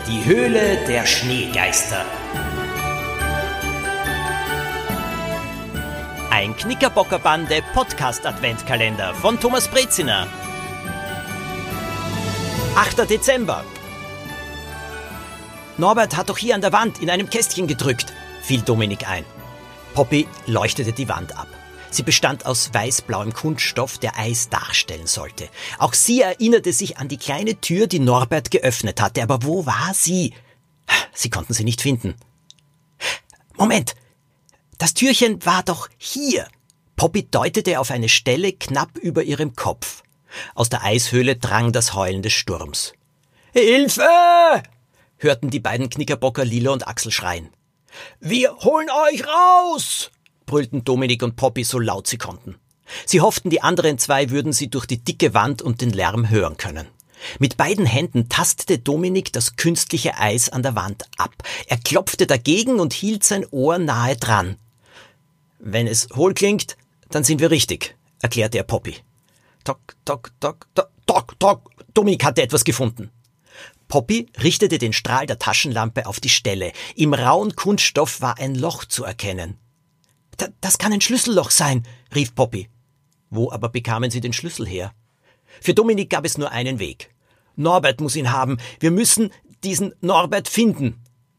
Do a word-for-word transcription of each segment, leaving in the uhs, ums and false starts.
Die Höhle der Schneegeister. Ein Knickerbockerbande Podcast-Adventkalender von Thomas Breziner. achter Dezember. Norbert hat doch hier an der Wand in einem Kästchen gedrückt, fiel Dominik ein. Poppy leuchtete die Wand ab. Sie bestand aus weiß-blauem Kunststoff, der Eis darstellen sollte. Auch sie erinnerte sich an die kleine Tür, die Norbert geöffnet hatte. Aber wo war sie? Sie konnten sie nicht finden. Moment! Das Türchen war doch hier. Poppy deutete auf eine Stelle knapp über ihrem Kopf. Aus der Eishöhle drang das Heulen des Sturms. »Hilfe!« hörten die beiden Knickerbocker Lilo und Axel schreien. »Wir holen euch raus!« brüllten Dominik und Poppy so laut sie konnten. Sie hofften, die anderen zwei würden sie durch die dicke Wand und den Lärm hören können. Mit beiden Händen tastete Dominik das künstliche Eis an der Wand ab. Er klopfte dagegen und hielt sein Ohr nahe dran. »Wenn es hohl klingt, dann sind wir richtig«, erklärte er Poppy. Tok, tok, tok, tok, tok, tok. Dominik hatte etwas gefunden. Poppy richtete den Strahl der Taschenlampe auf die Stelle. Im rauen Kunststoff war ein Loch zu erkennen. »Das kann ein Schlüsselloch sein«, rief Poppy. Wo aber bekamen sie den Schlüssel her? Für Dominik gab es nur einen Weg. »Norbert muss ihn haben. Wir müssen diesen Norbert finden.«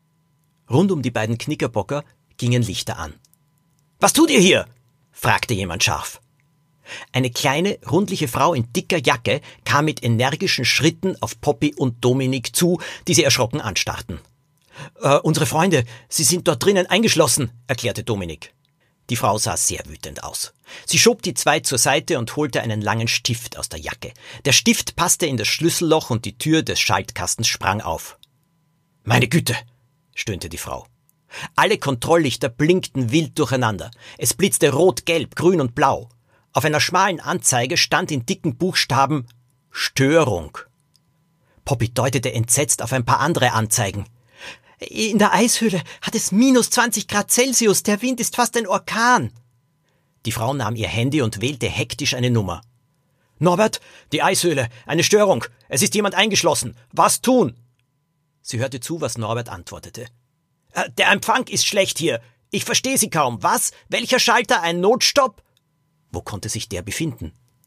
Rund um die beiden Knickerbocker gingen Lichter an. »Was tut ihr hier?« fragte jemand scharf. Eine kleine, rundliche Frau in dicker Jacke kam mit energischen Schritten auf Poppy und Dominik zu, die sie erschrocken anstarrten. Äh, »Unsere Freunde, sie sind dort drinnen eingeschlossen«, erklärte Dominik. Die Frau sah sehr wütend aus. Sie schob die zwei zur Seite und holte einen langen Stift aus der Jacke. Der Stift passte in das Schlüsselloch und die Tür des Schaltkastens sprang auf. »Meine Güte«, stöhnte die Frau. Alle Kontrolllichter blinkten wild durcheinander. Es blitzte rot, gelb, grün und blau. Auf einer schmalen Anzeige stand in dicken Buchstaben »Störung«. Poppy deutete entsetzt auf ein paar andere Anzeigen. »In der Eishöhle hat es minus zwanzig Grad Celsius, der Wind ist fast ein Orkan.« Die Frau nahm ihr Handy und wählte hektisch eine Nummer. »Norbert, die Eishöhle, eine Störung, es ist jemand eingeschlossen, was tun?« Sie hörte zu, was Norbert antwortete. Äh, »Der Empfang ist schlecht hier, ich verstehe Sie kaum, was? Welcher Schalter, ein Notstopp?« Wo konnte sich der befinden?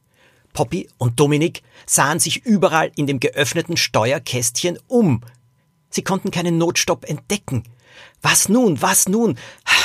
Poppy und Dominik sahen sich überall in dem geöffneten Steuerkästchen um. Sie konnten keinen Notstopp entdecken. Was nun, was nun?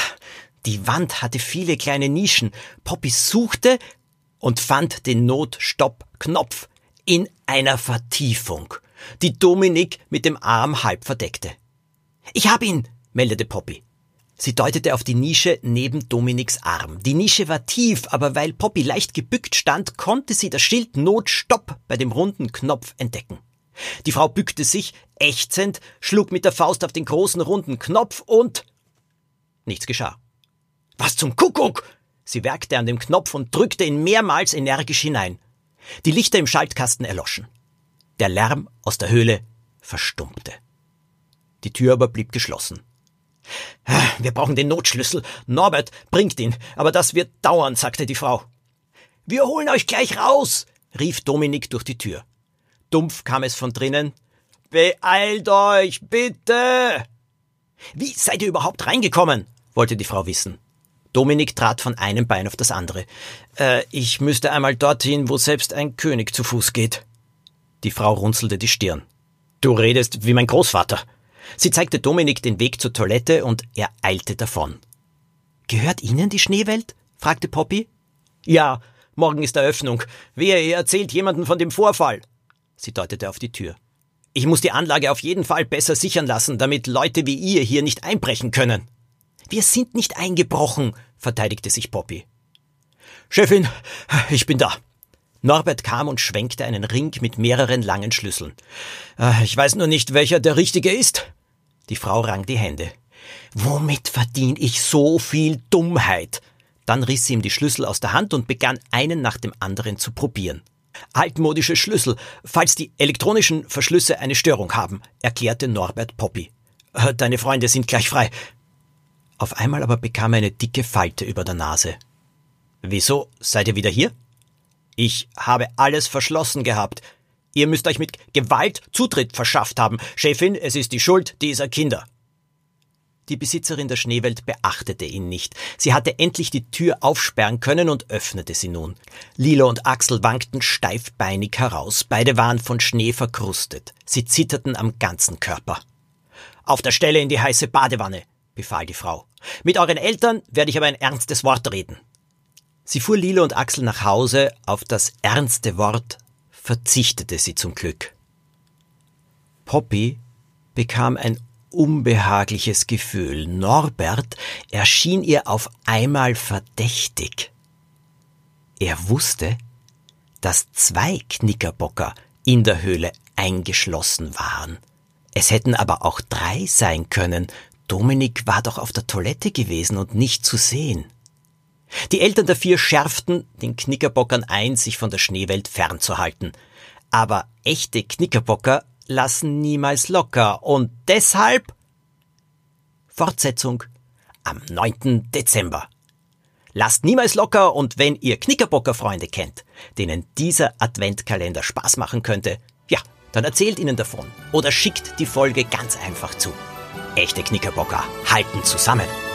Die Wand hatte viele kleine Nischen. Poppy suchte und fand den Notstopp-Knopf in einer Vertiefung, die Dominik mit dem Arm halb verdeckte. »Ich hab ihn«, meldete Poppy. Sie deutete auf die Nische neben Dominiks Arm. Die Nische war tief, aber weil Poppy leicht gebückt stand, konnte sie das Schild Notstopp bei dem runden Knopf entdecken. Die Frau bückte sich, ächzend, schlug mit der Faust auf den großen runden Knopf und nichts geschah. »Was zum Kuckuck!« Sie werkte an dem Knopf und drückte ihn mehrmals energisch hinein. Die Lichter im Schaltkasten erloschen. Der Lärm aus der Höhle verstummte. Die Tür aber blieb geschlossen. »Wir brauchen den Notschlüssel. Norbert bringt ihn, aber das wird dauern«, sagte die Frau. »Wir holen euch gleich raus«, rief Dominik durch die Tür. Dumpf kam es von drinnen. »Beeilt euch, bitte!« »Wie seid ihr überhaupt reingekommen?« wollte die Frau wissen. Dominik trat von einem Bein auf das andere. Äh, »Ich müsste einmal dorthin, wo selbst ein König zu Fuß geht.« Die Frau runzelte die Stirn. »Du redest wie mein Großvater.« Sie zeigte Dominik den Weg zur Toilette und er eilte davon. »Gehört Ihnen die Schneewelt?« fragte Poppy. »Ja, morgen ist Eröffnung. Wehe, ihr erzählt jemandem von dem Vorfall.« Sie deutete auf die Tür. »Ich muss die Anlage auf jeden Fall besser sichern lassen, damit Leute wie ihr hier nicht einbrechen können.« »Wir sind nicht eingebrochen«, verteidigte sich Poppy. »Chefin, ich bin da.« Norbert kam und schwenkte einen Ring mit mehreren langen Schlüsseln. »Ich weiß nur nicht, welcher der richtige ist.« Die Frau rang die Hände. »Womit verdiene ich so viel Dummheit?« Dann riss sie ihm die Schlüssel aus der Hand und begann, einen nach dem anderen zu probieren. »Altmodische Schlüssel, falls die elektronischen Verschlüsse eine Störung haben«, erklärte Norbert Poppy. »Deine Freunde sind gleich frei.« Auf einmal aber bekam er eine dicke Falte über der Nase. »Wieso, seid ihr wieder hier?« »Ich habe alles verschlossen gehabt. Ihr müsst euch mit Gewalt Zutritt verschafft haben. Chefin, es ist die Schuld dieser Kinder. Die Besitzerin der Schneewelt beachtete ihn nicht. Sie hatte endlich die Tür aufsperren können und öffnete sie nun. Lilo und Axel wankten steifbeinig heraus. Beide waren von Schnee verkrustet. Sie zitterten am ganzen Körper. »Auf der Stelle in die heiße Badewanne«, befahl die Frau. »Mit euren Eltern werde ich aber ein ernstes Wort reden.« Sie fuhr Lilo und Axel nach Hause. Auf das ernste Wort verzichtete sie zum Glück. Poppy bekam ein unbehagliches Gefühl. Norbert erschien ihr auf einmal verdächtig. Er wusste, dass zwei Knickerbocker in der Höhle eingeschlossen waren. Es hätten aber auch drei sein können. Dominik war doch auf der Toilette gewesen und nicht zu sehen. Die Eltern der vier schärften den Knickerbockern ein, sich von der Schneewelt fernzuhalten. Aber echte Knickerbocker lassen niemals locker und deshalb Fortsetzung am neunten Dezember. Lasst niemals locker und wenn ihr Knickerbocker-Freunde kennt, denen dieser Adventkalender Spaß machen könnte, ja, dann erzählt ihnen davon oder schickt die Folge ganz einfach zu. Echte Knickerbocker halten zusammen.